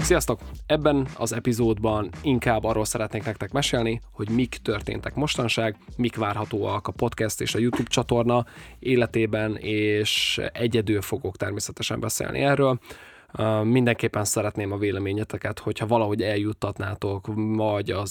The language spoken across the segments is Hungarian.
Sziasztok! Ebben az epizódban inkább arról szeretnék nektek mesélni, hogy mik történtek mostanság, mik várhatóak a podcast és a YouTube csatorna életében, és egyedül fogok természetesen beszélni erről. Mindenképpen szeretném a véleményeteket, hogyha valahogy eljuttatnátok, vagy az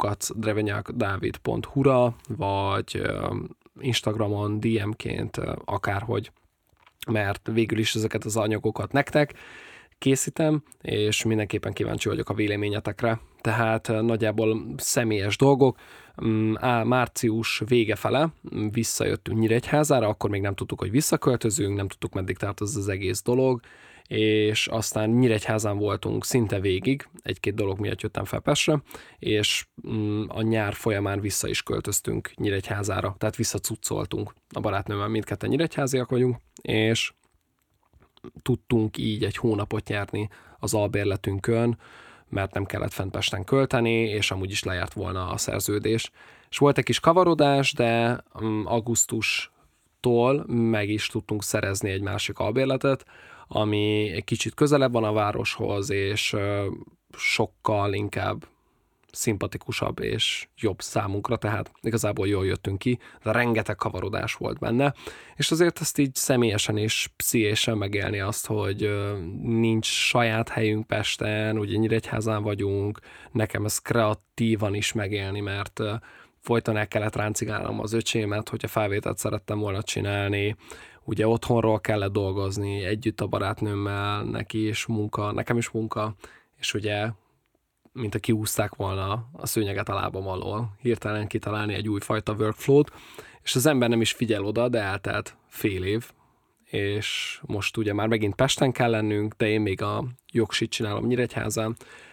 infokukacdrevenyakdavid.hu-ra, vagy Instagramon, DM-ként, akárhogy, mert végül is ezeket az anyagokat nektek készítem, és mindenképpen kíváncsi vagyok a véleményetekre. Tehát nagyjából személyes dolgok. Március vége fele visszajöttünk Nyíregyházára, akkor még nem tudtuk, hogy visszaköltözünk, nem tudtuk, meddig tart ez az egész dolog, és aztán Nyíregyházán voltunk szinte végig, egy-két dolog miatt jöttem fel Pestre, és a nyár folyamán vissza is költöztünk Nyíregyházára, tehát visszacuccoltunk a barátnőmmel, mindketten nyíregyháziak vagyunk, és tudtunk így egy hónapot nyerni az albérletünkön, mert nem kellett fent Pesten költeni, és amúgy is lejárt volna a szerződés. És volt egy kis kavarodás, de augusztustól meg is tudtunk szerezni egy másik albérletet, ami egy kicsit közelebb van a városhoz, és sokkal inkább szimpatikusabb és jobb számunkra, tehát igazából jól jöttünk ki, de rengeteg kavarodás volt benne, és azért ezt így személyesen és pszichésen megélni azt, hogy nincs saját helyünk Pesten, ugye Nyíregyházán vagyunk, nekem ez kreatívan is megélni, mert folyton el kellett ráncigálnom az öcsémet, hogyha felvételt szerettem volna csinálni, ugye otthonról kellett dolgozni, együtt a barátnőmmel, neki is munka, nekem is munka, és ugye mint a kiúzták volna a szőnyeget a lábam alól, hirtelen kitalálni egy újfajta workflow-t, és az ember nem is figyel oda, de eltelt fél év, és most ugye már megint Pesten kell lennünk, de én még a jogsit csinálom Nyíregyházán,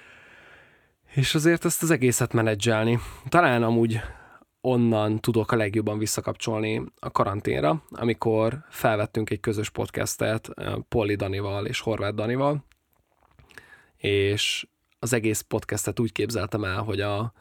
és azért ezt az egészet menedzselni. Talán amúgy onnan tudok a legjobban visszakapcsolni a karanténra, amikor felvettünk egy közös podcastet Polly Danival és Horváth Danival, és az egész podcastet úgy képzeltem el, hogy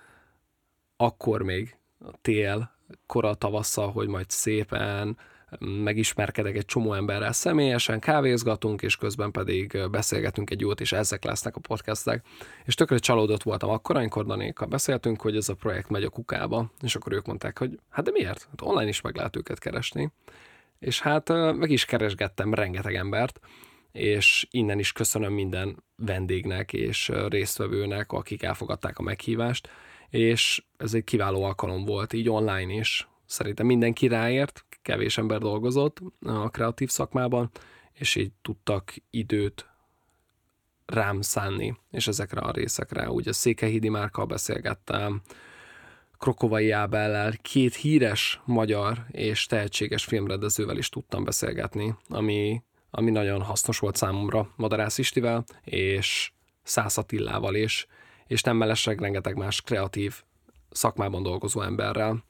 akkor még a tél, kora tavasszal, hogy majd szépen megismerkedek egy csomó emberrel személyesen, kávézgatunk, és közben pedig beszélgetünk egy jót, és ezek lesznek a podcastek. És tökre csalódott voltam akkor, amikor Danékkal beszéltünk, hogy ez a projekt megy a kukába, és akkor ők mondták, hogy hát de miért? Hát online is meg lehet őket keresni. És hát meg is keresgettem rengeteg embert, és innen is köszönöm minden vendégnek és résztvevőnek, akik elfogadták a meghívást, és ez egy kiváló alkalom volt, így online is. Szerintem mindenki ráért, kevés ember dolgozott a kreatív szakmában, és így tudtak időt rám szánni, és ezekre a részekre. Ugye Székelyhídi Márkkal beszélgettem, Krokovai Ábellel, 2 híres magyar és tehetséges filmrendezővel is tudtam beszélgetni, ami nagyon hasznos volt számomra, Madarász Istivel, és Szász Attillával is, és nem mellesleg rengeteg más kreatív szakmában dolgozó emberrel.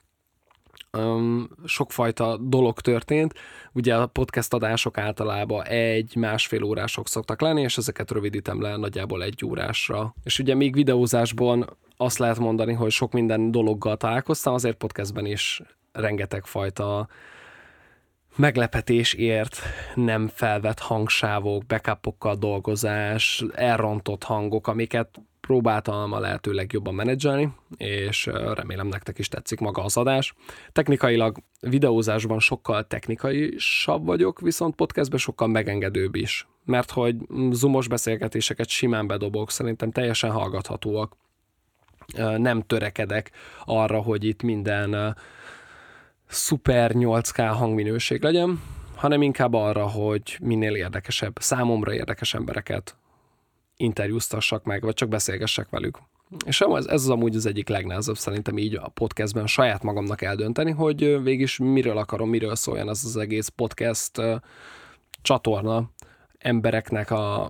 Sokfajta dolog történt, ugye a podcast adások általában 1-1,5 órások szoktak lenni, és ezeket rövidítem le nagyjából 1 órásra. És ugye még videózásban azt lehet mondani, hogy sok minden dologgal találkoztam, azért podcastben is rengeteg fajta meglepetés ért, nem felvett hangsávok, backupokkal dolgozás, elrontott hangok, amiket próbáltam a lehető legjobban menedzselni, és remélem nektek is tetszik maga az adás. Technikailag videózásban sokkal technikaisabb vagyok, viszont podcastben sokkal megengedőbb is, mert hogy zoomos beszélgetéseket simán bedobok, szerintem teljesen hallgathatóak. Nem törekedek arra, hogy itt minden szuper 8K hangminőség legyen, hanem inkább arra, hogy minél érdekesebb, számomra érdekes embereket interjúztassak meg, vagy csak beszélgessek velük. És ez az amúgy az egyik legnehezebb szerintem így a podcastben saját magamnak eldönteni, hogy végig miről akarom, miről szóljon ez az egész podcast csatorna embereknek a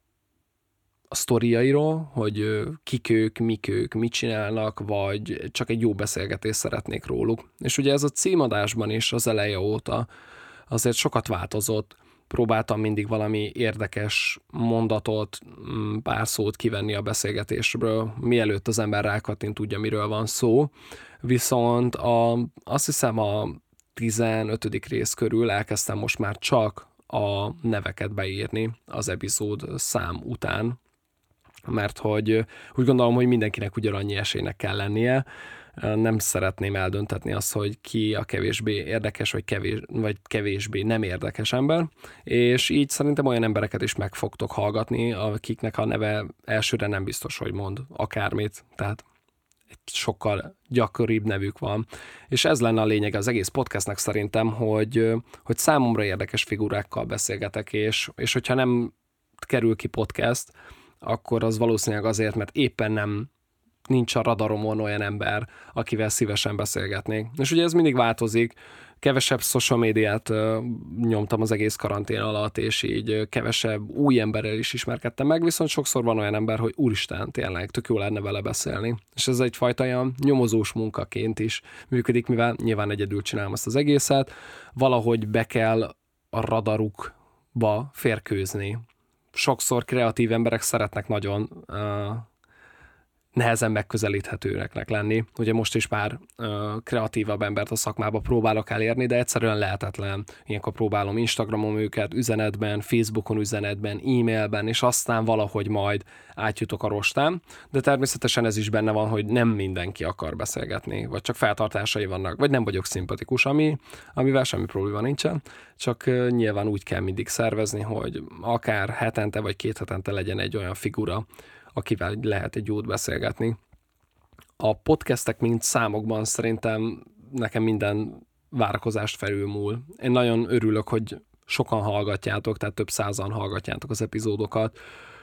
sztoriairól, hogy kik ők, mik ők, mit csinálnak, vagy csak egy jó beszélgetést szeretnék róluk. És ugye ez a címadásban is az eleje óta azért sokat változott. Próbáltam mindig valami érdekes mondatot, pár szót kivenni a beszélgetésről, mielőtt az ember rákattint tudja, miről van szó. Viszont azt hiszem a 15. rész körül elkezdtem most már csak a neveket beírni az epizód szám után, mert hogy úgy gondolom, hogy mindenkinek ugyanannyi esélynek kell lennie. Nem szeretném eldöntetni azt, hogy ki a kevésbé érdekes, vagy kevésbé nem érdekes ember, és így szerintem olyan embereket is meg fogtok hallgatni, akiknek a neve elsőre nem biztos, hogy mond akármit, tehát egy sokkal gyakoribb nevük van. És ez lenne a lényeg az egész podcastnek szerintem, hogy számomra érdekes figurákkal beszélgetek, és hogyha nem kerül ki podcast, akkor az valószínűleg azért, mert éppen nincs a radaromon olyan ember, akivel szívesen beszélgetnék. És ugye ez mindig változik, kevesebb social médiát nyomtam az egész karantén alatt, és így kevesebb új emberrel is ismerkedtem meg, viszont sokszor van olyan ember, hogy úristen, tényleg tök jó lenne vele beszélni. És ez egyfajta olyan nyomozós munkaként is működik, mivel nyilván egyedül csinálom ezt az egészet, valahogy be kell a radarukba férkőzni. Sokszor kreatív emberek szeretnek nagyon nehezen megközelíthetőnek lenni. Ugye most is pár kreatívabb embert a szakmába próbálok elérni, de egyszerűen lehetetlen. Ilyenkor próbálom Instagramon őket, üzenetben, Facebookon üzenetben, e-mailben, és aztán valahogy majd átjutok a rostán. De természetesen ez is benne van, hogy nem mindenki akar beszélgetni, vagy csak feltartásai vannak, vagy nem vagyok szimpatikus, amivel semmi probléma nincsen. Csak nyilván úgy kell mindig szervezni, hogy akár hetente vagy 2 hetente legyen egy olyan figura, akivel lehet egy jót beszélgetni. A podcastek mint számokban szerintem nekem minden várakozást felülmúl. Én nagyon örülök, hogy sokan hallgatjátok, tehát több százan hallgatjátok az epizódokat.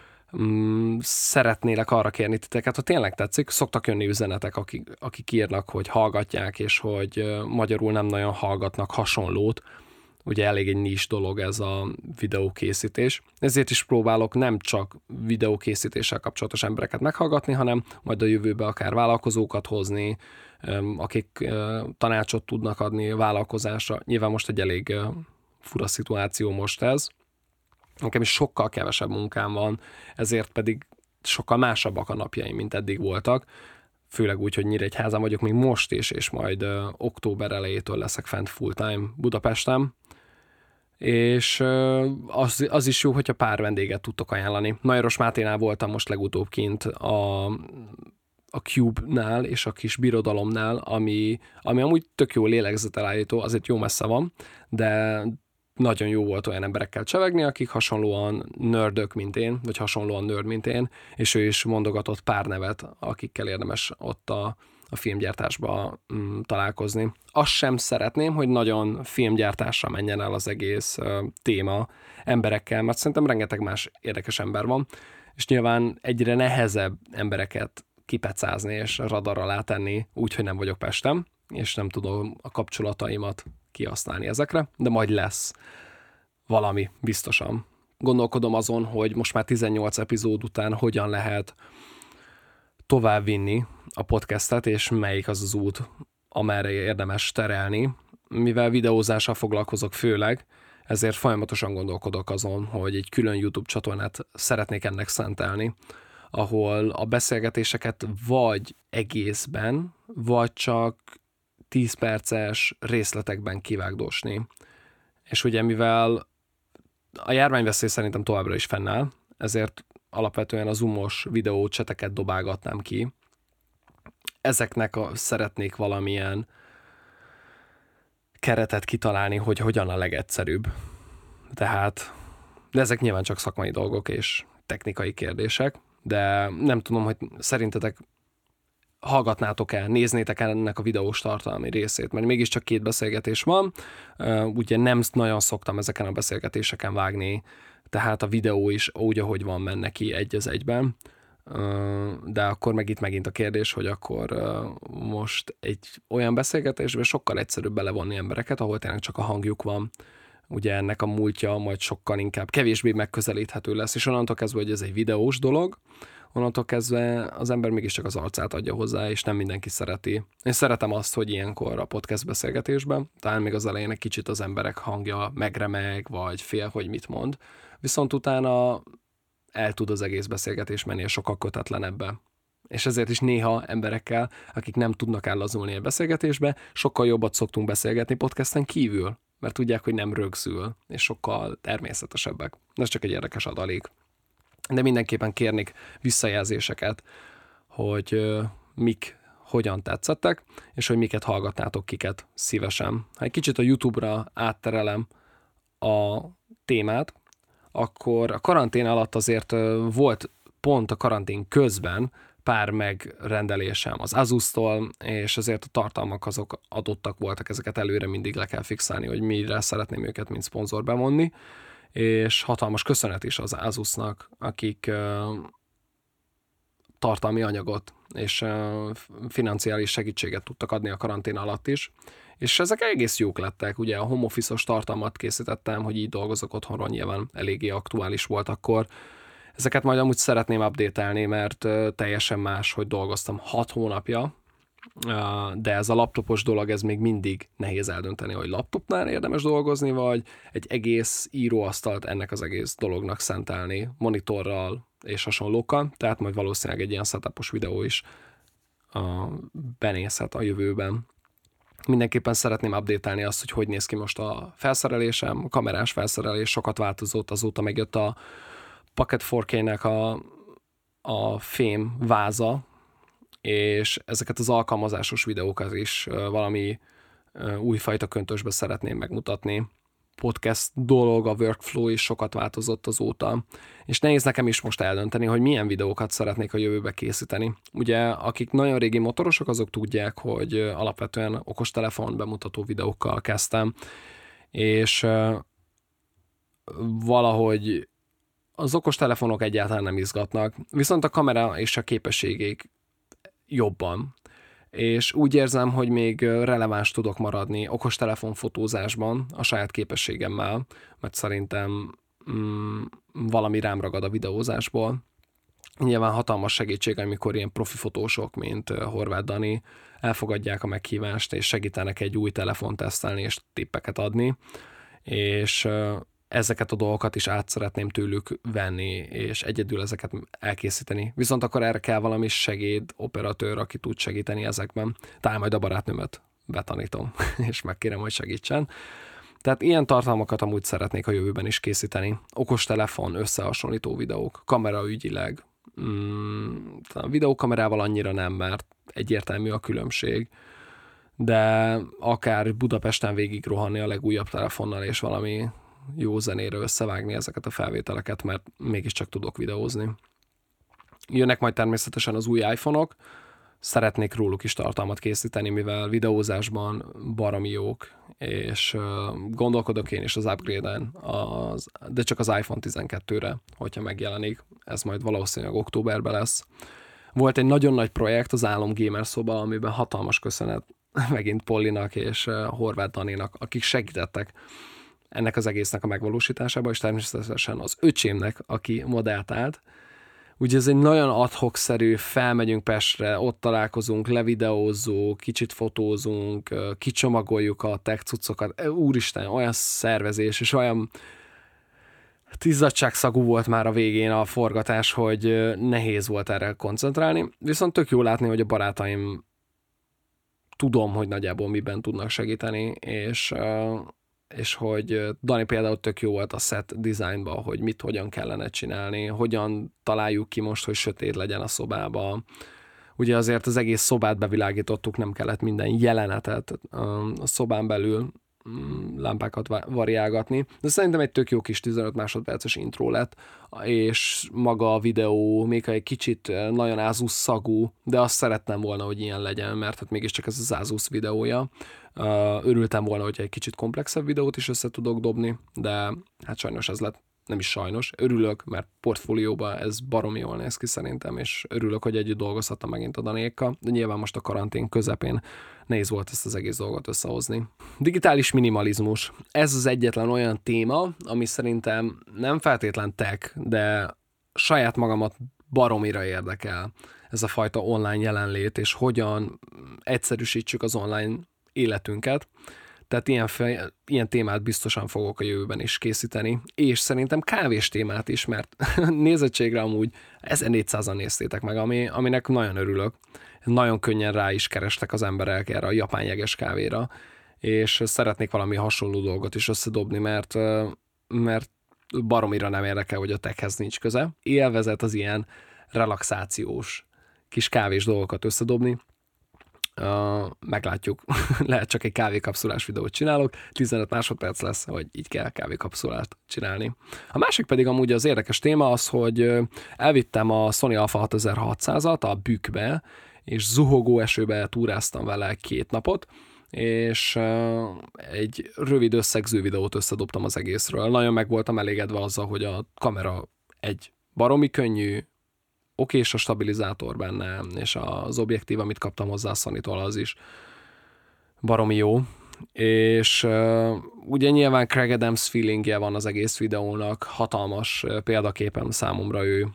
Szeretnélek arra kérni titeket, ha tényleg tetszik, szoktak jönni üzenetek, akik írnak, hogy hallgatják, és hogy magyarul nem nagyon hallgatnak hasonlót. Ugye elég egy nis dolog ez a videókészítés. Ezért is próbálok nem csak videókészítéssel kapcsolatos embereket meghallgatni, hanem majd a jövőbe akár vállalkozókat hozni, akik tanácsot tudnak adni vállalkozásra. Nyilván most egy elég fura szituáció most ez. Nekem is sokkal kevesebb munkám van, ezért pedig sokkal másabbak a napjaim, mint eddig voltak. Főleg úgy, hogy Nyíregyházán vagyok még most is, és majd október elejétől leszek fent full-time Budapesten. És az is jó, hogyha pár vendéget tudtok ajánlani. Majoros Máténál voltam most legutóbb kint a Cube-nál és a kis birodalomnál, ami amúgy tök jó lélegzetelállító, azért jó messze van, de nagyon jó volt olyan emberekkel csevegni, akik hasonlóan nördök, mint én, vagy hasonlóan nörd, mint én, és ő is mondogatott pár nevet, akikkel érdemes ott a filmgyártásba találkozni. Azt sem szeretném, hogy nagyon filmgyártásra menjen el az egész téma emberekkel, mert szerintem rengeteg más érdekes ember van, és nyilván egyre nehezebb embereket kipecázni és radar alá tenni, úgyhogy nem vagyok Pesten, és nem tudom a kapcsolataimat kihasználni ezekre, de majd lesz valami biztosan. Gondolkodom azon, hogy most már 18 epizód után hogyan lehet továbbvinni a podcastet, és melyik az az út, amerre érdemes terelni. Mivel videózással foglalkozok főleg, ezért folyamatosan gondolkodok azon, hogy egy külön YouTube csatornát szeretnék ennek szentelni, ahol a beszélgetéseket vagy egészben, vagy csak 10 perces részletekben kivágdosni. És ugye mivel a járványveszély szerintem továbbra is fennáll, ezért alapvetően a zoomos videócseteket dobálgatnám ki. Ezeknek szeretnék valamilyen keretet kitalálni, hogy hogyan a legegyszerűbb. Tehát, de ezek nyilván csak szakmai dolgok és technikai kérdések, de nem tudom, hogy szerintetek hallgatnátok-e, néznétek el ennek a videós tartalmi részét, mert mégiscsak 2 beszélgetés van, ugye nem nagyon szoktam ezeken a beszélgetéseken vágni, tehát a videó is úgy, ahogy van, menne ki egy az egyben, de akkor meg itt megint a kérdés, hogy akkor most egy olyan beszélgetésben sokkal egyszerűbb belevonni embereket, ahol tényleg csak a hangjuk van, ugye ennek a múltja majd sokkal inkább kevésbé megközelíthető lesz, és onnantól kezdve, hogy ez egy videós dolog, onnantól kezdve az ember mégiscsak az arcát adja hozzá, és nem mindenki szereti. Én szeretem azt, hogy ilyenkor a podcast beszélgetésben, talán még az elején egy kicsit az emberek hangja megremeg, vagy fél, hogy mit mond, viszont utána el tud az egész beszélgetés menni, és sokkal kötetlenebben. És ezért is néha emberekkel, akik nem tudnak ellazulni a beszélgetésbe, sokkal jobbat szoktunk beszélgetni podcasten kívül, mert tudják, hogy nem rögzül, és sokkal természetesebbek. Ez csak egy érdekes adalék. de mindenképpen kérnék visszajelzéseket, hogy mik hogyan tetszettek, és hogy miket hallgatnátok, kiket szívesen. Ha egy kicsit a YouTube-ra átterelem a témát, akkor a karantén alatt azért volt pont a karantén közben pár megrendelésem az Asus-tól, és azért a tartalmak azok adottak voltak, ezeket előre mindig le kell fixálni, hogy mire szeretném őket, mint szponzor bevonni, és hatalmas köszönet is az Asusnak, akik tartalmi anyagot és financiális segítséget tudtak adni a karantén alatt is, és ezek egész jók lettek. Ugye a home office-os tartalmat készítettem, hogy így dolgozok otthonról, nyilván eléggé aktuális volt akkor. Ezeket majd amúgy szeretném update-elni, mert teljesen más, hogy dolgoztam 6 hónapja, de ez a laptopos dolog, ez még mindig nehéz eldönteni, hogy laptopnál érdemes dolgozni, vagy egy egész íróasztalt ennek az egész dolognak szentelni, monitorral és hasonlókkal, tehát majd valószínűleg egy ilyen setupos videó is benézhet a jövőben. Mindenképpen szeretném update-elni azt, hogy néz ki most a felszerelésem, a kamerás felszerelés sokat változott, azóta megjött a Pocket 4K-nek a fém váza, és ezeket az alkalmazásos videókat is valami újfajta köntösbe szeretném megmutatni. Podcast dolog, a workflow is sokat változott azóta, és nehéz nekem is most eldönteni, hogy milyen videókat szeretnék a jövőbe készíteni. Ugye, akik nagyon régi motorosok, azok tudják, hogy alapvetően okostelefon bemutató videókkal kezdtem, és valahogy az okostelefonok egyáltalán nem izgatnak, viszont a kamera és a képességek jobban. És úgy érzem, hogy még releváns tudok maradni okostelefon fotózásban a saját képességemmel, mert szerintem valami rám ragad a videózásból. Nyilván hatalmas segítség, amikor ilyen profi fotósok, mint Horváth Dani elfogadják a meghívást, és segítenek egy új telefont tesztelni, és tippeket adni, és ezeket a dolgokat is át szeretném tőlük venni, és egyedül ezeket elkészíteni. Viszont akkor erre kell valami segédoperatőr, aki tud segíteni ezekben. Talán majd a barátnőmet betanítom, és megkérem, hogy segítsen. Tehát ilyen tartalmakat amúgy szeretnék a jövőben is készíteni. Okostelefon, összehasonlító videók, kameraügyileg. A videókamerával annyira nem, mert egyértelmű a különbség. De akár Budapesten végig rohanni a legújabb telefonnal, és valami jó zenére összevágni ezeket a felvételeket, mert mégiscsak tudok videózni. Jönnek majd természetesen az új iPhone-ok, szeretnék róluk is tartalmat készíteni, mivel videózásban baromi jók, és gondolkodok én is az upgrade-en, de csak az iPhone 12-re, hogyha megjelenik, ez majd valószínűleg októberben lesz. Volt egy nagyon nagy projekt, az Álom Gamer szoba, amiben hatalmas köszönet megint Pollinak és Horváth Daninak, akik segítettek ennek az egésznek a megvalósításában, és természetesen az öcsémnek, aki modellt állt. Ugye ez egy nagyon ad-hoc-szerű, felmegyünk Pestre, ott találkozunk, levideózzuk, kicsit fotózunk, kicsomagoljuk a tech cuccokat. Úristen, olyan szervezés, és olyan izzadságszagú volt már a végén a forgatás, hogy nehéz volt erre koncentrálni. Viszont tök jó látni, hogy a barátaim tudom, hogy nagyjából miben tudnak segíteni, és hogy Dani például tök jó volt a set designban, hogy mit, hogyan kellene csinálni, hogyan találjuk ki most, hogy sötét legyen a szodába. Ugye azért az egész szobát bevilágítottuk, nem kellett minden jelenetet a szobán belül lámpákat variálgatni, de szerintem egy tök jó kis 15 másodperces intro lett, és maga a videó még egy kicsit nagyon Asus szagú, de azt szerettem volna, hogy ilyen legyen, mert hát mégiscsak ez az Asus videója. Örültem volna, hogy egy kicsit komplexebb videót is össze tudok dobni, de hát sajnos ez lett. Nem is sajnos, örülök, mert portfólióban ez baromi jól néz ki szerintem, és örülök, hogy együtt dolgozhattam megint a Danékkal, de nyilván most a karantén közepén nehéz volt ezt az egész dolgot összehozni. Digitális minimalizmus. Ez az egyetlen olyan téma, ami szerintem nem feltétlen tech, de saját magamat baromira érdekel ez a fajta online jelenlét, és hogyan egyszerűsítsük az online életünket. Tehát ilyen témát biztosan fogok a jövőben is készíteni, és szerintem kávés témát is, mert nézettségre amúgy 1400-an néztétek meg, aminek nagyon örülök. Nagyon könnyen rá is kerestek az emberek erre a japán jeges kávéra, és szeretnék valami hasonló dolgot is összedobni, mert baromira nem érdekel, hogy a techhez nincs köze. Élvezet az ilyen relaxációs kis kávés dolgokat összedobni. Meglátjuk, lehet csak egy kávékapszulás videót csinálok, 15 másodperc lesz, hogy így kell kávékapszulát csinálni. A másik pedig amúgy az érdekes téma az, hogy elvittem a Sony Alpha 6600-at a bükkbe, és zuhogó esőbe túráztam vele 2 napot, és egy rövid összegző videót összedobtam az egészről. Nagyon meg voltam elégedve azzal, hogy a kamera egy baromi könnyű, okés a stabilizátor benne, és az objektív, amit kaptam hozzá a Sony-tól, az is baromi jó. És ugye nyilván Craig Adams feelingje van az egész videónak, hatalmas példaképem számomra ő,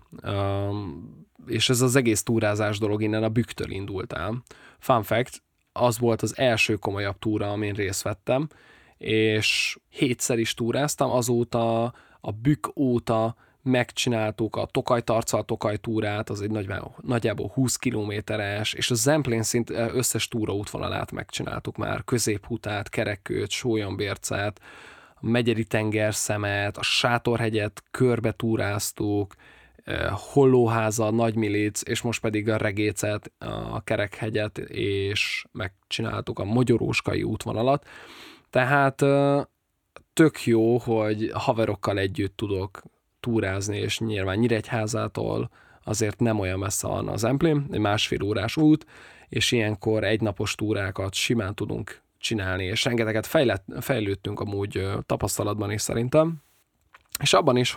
és ez az egész túrázás dolog innen a bükktől indult el. Fun fact, az volt az első komolyabb túra, amin részt vettem, és 7-szer is túráztam, azóta a bükk óta megcsináltuk a Tokaj-Tarcal Tokaj túrát, az egy nagyjából 20 kilométeres, és a Zemplén szint összes túra útvonalát megcsináltuk már, Középhutát, Kerekköt, Sólyom-Bércet, a Megyeri tengerszemet, a Sátorhegyet körbe túráztuk, Hollóháza, Nagymilic, és most pedig a Regécet, a Kerekhegyet, és megcsináltuk a Mogyoróskai útvonalat. Tehát tök jó, hogy haverokkal együtt tudok túrázni, és nyilván Nyíregyházától azért nem olyan messze van az Zemplén, egy 1,5 órás út, és ilyenkor egynapos túrákat simán tudunk csinálni, és rengeteget fejlődtünk amúgy tapasztalatban is szerintem, és abban is,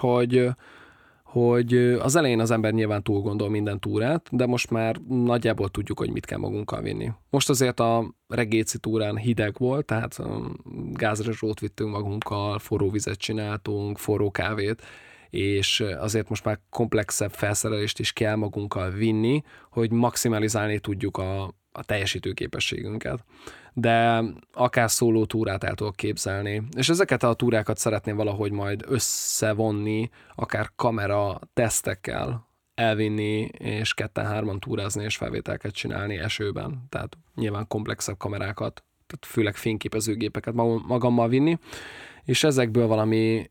hogy az elején az ember nyilván túl gondol minden túrát, de most már nagyjából tudjuk, hogy mit kell magunkkal vinni. Most azért a Regéci túrán hideg volt, tehát gázrezsót vittünk magunkkal, forró vizet csináltunk, forró kávét, és azért most már komplexebb felszerelést is kell magunkkal vinni, hogy maximalizálni tudjuk a teljesítőképességünket. De akár szóló túrát el tudok képzelni. És ezeket a túrákat szeretném valahogy majd összevonni, akár kamera tesztekkel elvinni, és 2-3-an túrázni, és felvételket csinálni esőben. Tehát nyilván komplexebb kamerákat, tehát főleg fényképezőgépeket magammal vinni, és ezekből valami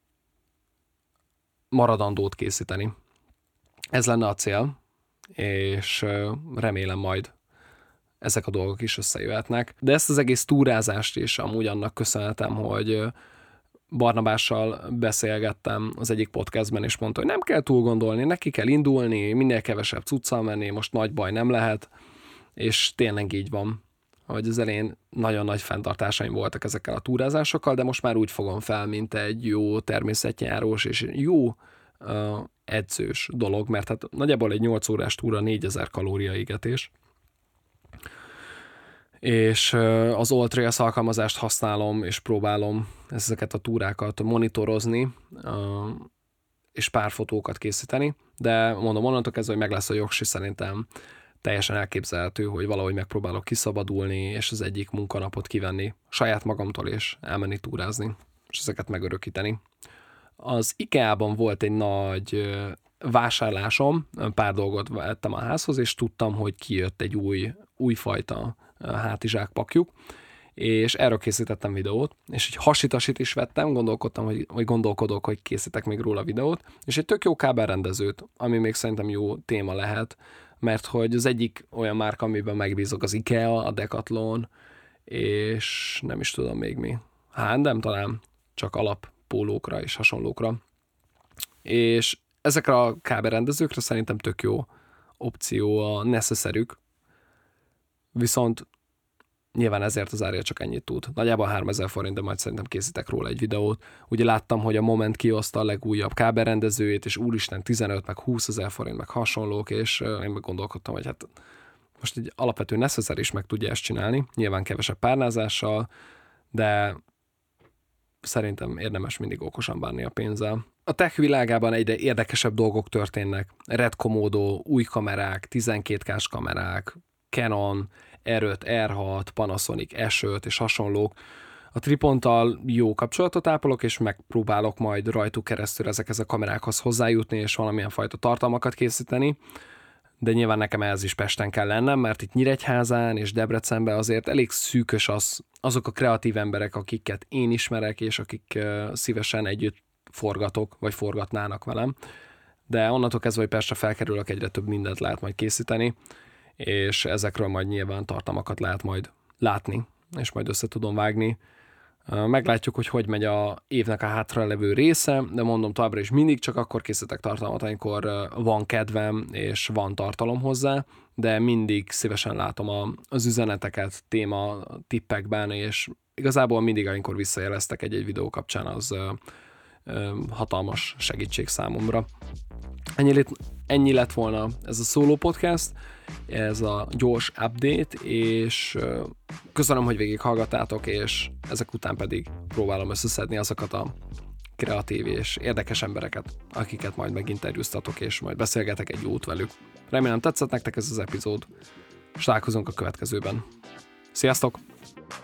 maradandót készíteni. Ez lenne a cél, és remélem majd ezek a dolgok is összejöhetnek. De ezt az egész túrázást is amúgy annak köszönhetem, hogy Barnabással beszélgettem az egyik podcastben, és mondta, hogy nem kell túl gondolni, neki kell indulni, minél kevesebb cuccal menni, most nagy baj nem lehet, és tényleg így van, hogy az elején nagyon nagy fenntartásaim voltak ezekkel a túrázásokkal, de most már úgy fogom fel, mint egy jó természetjárós és jó edzős dolog, mert hát nagyjából egy 8 órás túra 4000 kalória égetés, és az AllTrails alkalmazást használom, és próbálom ezeket a túrákat monitorozni, és pár fotókat készíteni, de mondom, onnantól kezdve, hogy meg lesz a jogsi, szerintem teljesen elképzelhető, hogy valahogy megpróbálok kiszabadulni, és az egyik munkanapot kivenni saját magamtól, és elmenni túrázni, és ezeket megörökíteni. Az IKEA-ban volt egy nagy vásárlásom, pár dolgot vettem a házhoz, és tudtam, hogy kijött egy újfajta hátizsákpakjuk, és erről készítettem videót, és egy hasitasit is vettem, gondolkodok, hogy készítek még róla videót, és egy tök jó kábelrendezőt, ami még szerintem jó téma lehet, mert hogy az egyik olyan márka, amiben megbízok, az IKEA, a Decathlon, és nem is tudom még mi. H&M talán, csak alappólókra és hasonlókra. És ezekre a kábelrendezőkre szerintem tök jó opció a necessarük, viszont nyilván ezért az árja csak ennyit tud. Nagyjából 3000 forint, de majd szerintem készítek róla egy videót. Ugye láttam, hogy a Moment kihozta a legújabb kábelrendezőjét, és úristen 15 meg 20 000 forint meg hasonlók, és én meg gondolkodtam, hogy hát most egy alapvető necessary is meg tudja ezt csinálni, nyilván kevesebb párnázással, de szerintem érdemes mindig okosan bánni a pénzzel. A tech világában egyre érdekesebb dolgok történnek. Red Komodo, új kamerák, 12K-s kamerák, Canon, R5, R6, Panasonic S5 és hasonlók. A Triponttal jó kapcsolatot ápolok, és megpróbálok majd rajtuk keresztül ezekhez a kamerákhoz hozzájutni, és valamilyen fajta tartalmakat készíteni, de nyilván nekem ehhez is Pesten kell lennem, mert itt Nyíregyházán és Debrecenben azért elég szűkös azok a kreatív emberek, akiket én ismerek, és akik szívesen együtt forgatok, vagy forgatnának velem. De onnantól kezdve, hogy persze felkerülök, egyre több mindent lehet majd készíteni, és ezekről majd nyilván tartalmakat lehet majd látni, és majd össze tudom vágni. Meglátjuk, hogy megy a évnek a hátralevő része, de mondom, továbbra is mindig csak akkor készítek tartalmat, amikor van kedvem, és van tartalom hozzá, de mindig szívesen látom az üzeneteket téma tippekben, és igazából mindig, amikor visszajeleztek egy videó kapcsán, az hatalmas segítség számomra. Ennyi lett volna ez a szóló podcast, ez a gyors update, és köszönöm, hogy végighallgattátok, és ezek után pedig próbálom összeszedni azokat a kreatív és érdekes embereket, akiket majd meginterjúztatok, és majd beszélgetek egy jót velük. Remélem tetszett nektek ez az epizód, és találkozunk a következőben. Sziasztok!